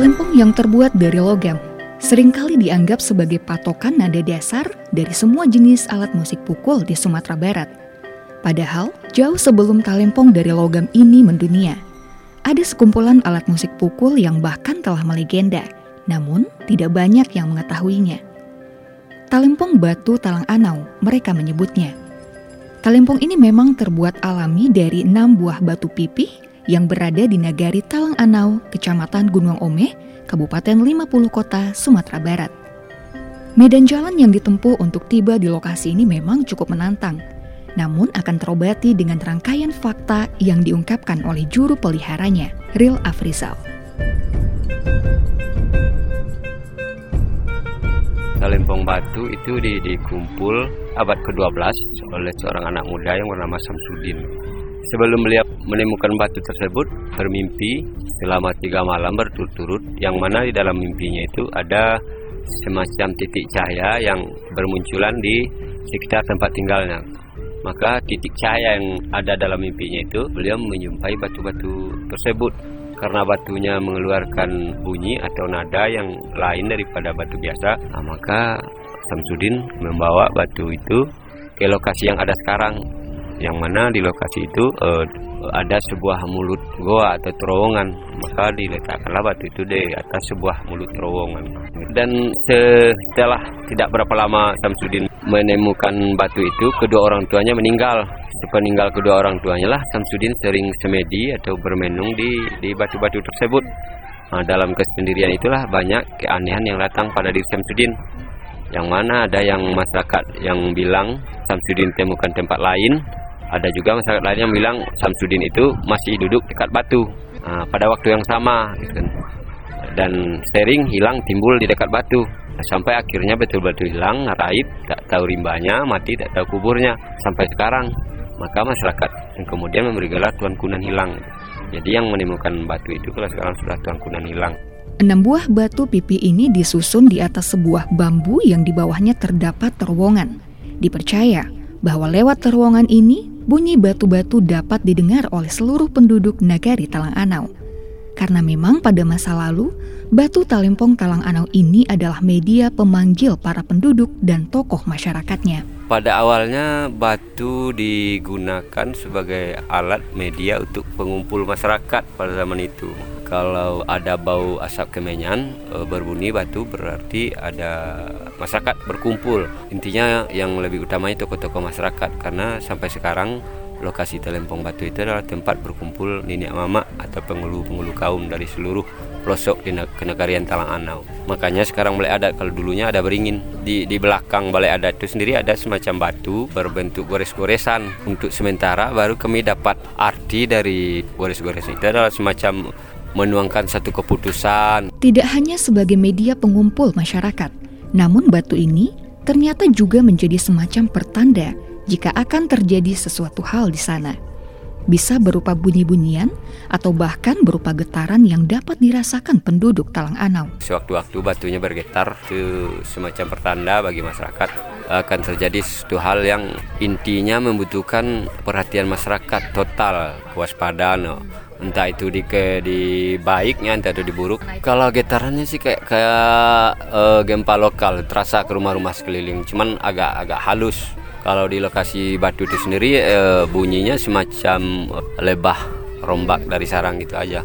Talempong yang terbuat dari logam seringkali dianggap sebagai patokan nada dasar dari semua jenis alat musik pukul di Sumatera Barat. Padahal, jauh sebelum talempong dari logam ini mendunia, ada sekumpulan alat musik pukul yang bahkan telah melegenda, namun tidak banyak yang mengetahuinya. Talempong batu talang anau, mereka menyebutnya. Talempong ini memang terbuat alami dari 6 buah batu pipih yang berada di Nagari Talang Anau, Kecamatan Gunung Omeh, Kabupaten 50 Kota, Sumatera Barat. Medan jalan yang ditempuh untuk tiba di lokasi ini memang cukup menantang, namun akan terobati dengan rangkaian fakta yang diungkapkan oleh juru peliharanya, Ril Afrizal. Talempong batu itu dikumpul abad ke-12 oleh seorang anak muda yang bernama Samsudin. Sebelum beliau menemukan batu tersebut, bermimpi selama 3 malam berturut-turut, yang mana di dalam mimpinya itu ada semacam titik cahaya yang bermunculan di sekitar tempat tinggalnya. Maka titik cahaya yang ada dalam mimpinya itu, beliau menjumpai batu-batu tersebut. Karena batunya mengeluarkan bunyi atau nada yang lain daripada batu biasa, maka Samsudin membawa batu itu ke lokasi yang ada sekarang. Yang mana di lokasi itu ada sebuah mulut goa atau terowongan, maka diletakkanlah batu itu di atas sebuah mulut terowongan. Dan setelah tidak berapa lama Samsudin menemukan batu itu, kedua orang tuanya meninggal. Sepeninggal kedua orang tuanya lah Samsudin sering semedi atau bermenung di batu-batu tersebut. Nah, dalam kesendirian itulah banyak keanehan yang datang pada diri Samsudin. Yang mana ada yang masyarakat yang bilang Samsudin temukan tempat lain. Ada juga masyarakat lain yang bilang Samsudin itu masih duduk dekat batu pada waktu yang sama gitu kan. Dan sering hilang timbul di dekat batu, sampai akhirnya betul-betul hilang, raib, tak tahu rimbanya, mati tak tahu kuburnya sampai sekarang. Maka masyarakat yang kemudian memberi gelar Tuan Kunan Hilang. Jadi yang menemukan batu itu kalau sekarang sudah Tuan Kunan Hilang. 6 buah batu pipi ini disusun di atas sebuah bambu yang di bawahnya terdapat terowongan. Dipercaya bahwa lewat terowongan ini, bunyi batu-batu dapat didengar oleh seluruh penduduk Nagari Talang Anau. Karena memang pada masa lalu, batu talempong Talang Anau ini adalah media pemanggil para penduduk dan tokoh masyarakatnya. Pada awalnya batu digunakan sebagai alat media untuk pengumpul masyarakat pada zaman itu. Kalau ada bau asap kemenyan berbunyi batu, berarti ada masyarakat berkumpul. Intinya yang lebih utamanya tokoh-tokoh masyarakat, karena sampai sekarang lokasi Talempong Batu itu adalah tempat berkumpul nenek mama atau penghulu-penghulu kaum dari seluruh pelosok di kenegarian Talang Anau. Makanya sekarang balai adat, kalau dulunya ada beringin. Di belakang balai adat itu sendiri ada semacam batu berbentuk gores-goresan. Untuk sementara baru kami dapat arti dari gores-gores itu adalah semacam menuangkan satu keputusan. Tidak hanya sebagai media pengumpul masyarakat, namun batu ini ternyata juga menjadi semacam pertanda jika akan terjadi sesuatu hal di sana. Bisa berupa bunyi-bunyian atau bahkan berupa getaran yang dapat dirasakan penduduk Talang Anau. Sewaktu-waktu batunya bergetar, itu semacam pertanda bagi masyarakat akan terjadi sesuatu hal yang intinya membutuhkan perhatian masyarakat total, kewaspadaan. Entah itu di baiknya, entah itu di buruk. Kalau getarannya sih kayak gempa lokal, terasa ke rumah-rumah sekeliling, cuman agak halus. Kalau di lokasi batu itu sendiri bunyinya semacam lebah rombak dari sarang gitu aja.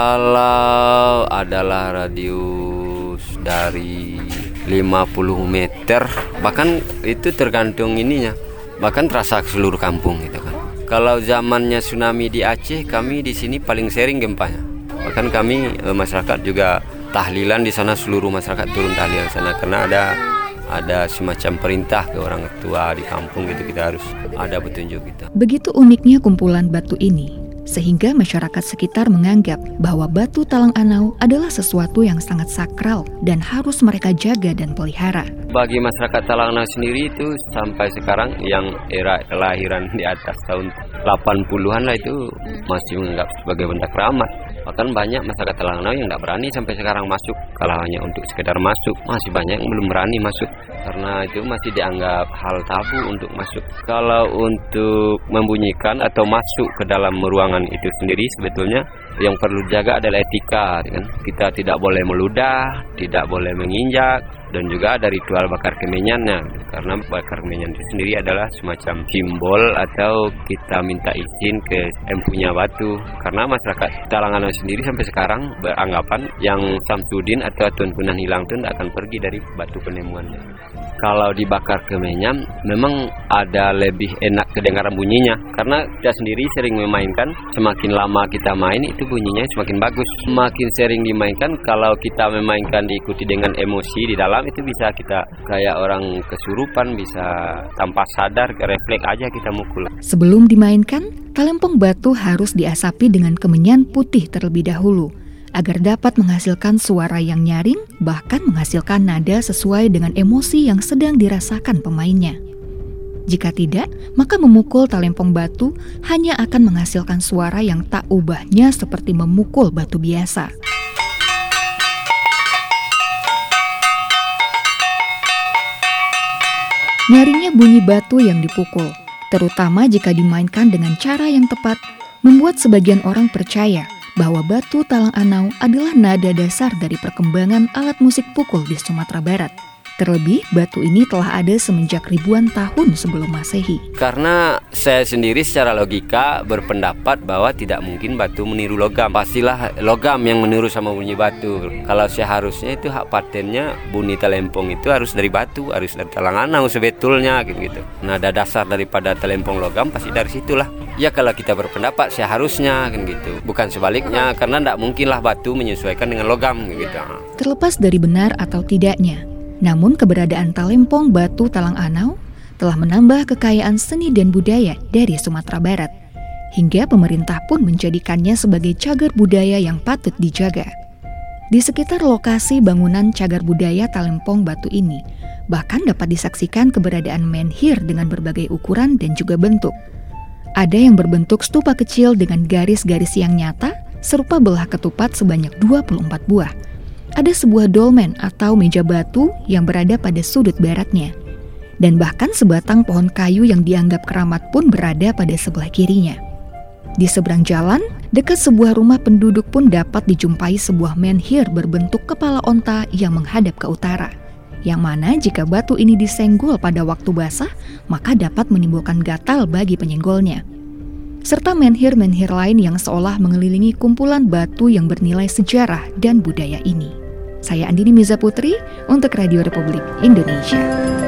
Kalau adalah radius dari 50 meter, bahkan itu tergantung ininya, bahkan terasa ke seluruh kampung gitu kan. Kalau zamannya tsunami di Aceh, kami di sini paling sering gempanya. Bahkan kami masyarakat juga tahlilan di sana, seluruh masyarakat turun tahlilan sana karena ada semacam perintah ke orang tua di kampung gitu, kita harus ada petunjuk gitu. Begitu uniknya kumpulan batu ini, sehingga masyarakat sekitar menganggap bahwa batu Talang Anau adalah sesuatu yang sangat sakral dan harus mereka jaga dan pelihara. Bagi masyarakat Talang Anau sendiri itu sampai sekarang yang era kelahiran di atas tahun 80-an lah itu masih menganggap sebagai benda keramat. Bahkan banyak masyarakat Talanganau yang tidak berani sampai sekarang masuk. Kalau hanya untuk sekedar masuk, masih banyak yang belum berani masuk karena itu masih dianggap hal tabu untuk masuk. Kalau untuk membunyikan atau masuk ke dalam ruangan itu sendiri, sebetulnya yang perlu jaga adalah etika, kan? Kita tidak boleh meludah, tidak boleh menginjak, dan juga ada ritual bakar kemenyannya. Karena bakar kemenyan itu sendiri adalah semacam simbol atau kita minta izin ke empunya batu. Karena masyarakat Talanganau sendiri sampai sekarang beranggapan yang Samsudin atau Tuan Punan hilang itu tidak akan pergi dari batu penemuannya. Kalau dibakar kemenyan memang ada lebih enak kedengaran bunyinya, karena kita sendiri sering memainkan, semakin lama kita main itu bunyinya semakin bagus. Semakin sering dimainkan, kalau kita memainkan diikuti dengan emosi di dalam, itu bisa kita kayak orang kesurupan, bisa tanpa sadar, refleks aja kita mukul. Sebelum dimainkan, talempong batu harus diasapi dengan kemenyan putih terlebih dahulu agar dapat menghasilkan suara yang nyaring, bahkan menghasilkan nada sesuai dengan emosi yang sedang dirasakan pemainnya. Jika tidak, maka memukul talempong batu hanya akan menghasilkan suara yang tak ubahnya seperti memukul batu biasa. Nyaringnya bunyi batu yang dipukul, terutama jika dimainkan dengan cara yang tepat, membuat sebagian orang percaya bahwa batu Talanganau adalah nada dasar dari perkembangan alat musik pukul di Sumatera Barat. Terlebih, batu ini telah ada semenjak ribuan tahun sebelum Masehi. Karena saya sendiri secara logika berpendapat bahwa tidak mungkin batu meniru logam. Pastilah logam yang meniru sama bunyi batu. Kalau seharusnya itu hak patennya bunyi talempong itu harus dari batu, harus dari Talanganau sebetulnya gitu. Nada dasar daripada talempong logam pasti dari situlah. Ya kalau kita berpendapat seharusnya kan gitu. Bukan sebaliknya, karena tidak mungkinlah batu menyesuaikan dengan logam gitu. Terlepas dari benar atau tidaknya, namun keberadaan talempong batu Talanganau telah menambah kekayaan seni dan budaya dari Sumatera Barat, hingga pemerintah pun menjadikannya sebagai cagar budaya yang patut dijaga. Di sekitar lokasi bangunan cagar budaya talempong batu ini, bahkan dapat disaksikan keberadaan menhir dengan berbagai ukuran dan juga bentuk. Ada yang berbentuk stupa kecil dengan garis-garis yang nyata, serupa belah ketupat sebanyak 24 buah. Ada sebuah dolmen atau meja batu yang berada pada sudut baratnya. Dan bahkan sebatang pohon kayu yang dianggap keramat pun berada pada sebelah kirinya. Di seberang jalan, dekat sebuah rumah penduduk pun dapat dijumpai sebuah menhir berbentuk kepala onta yang menghadap ke utara. Yang mana jika batu ini disenggol pada waktu basah, maka dapat menimbulkan gatal bagi penyenggolnya. Serta menhir-menhir lain yang seolah mengelilingi kumpulan batu yang bernilai sejarah dan budaya ini. Saya Andini Miza Putri untuk Radio Republik Indonesia.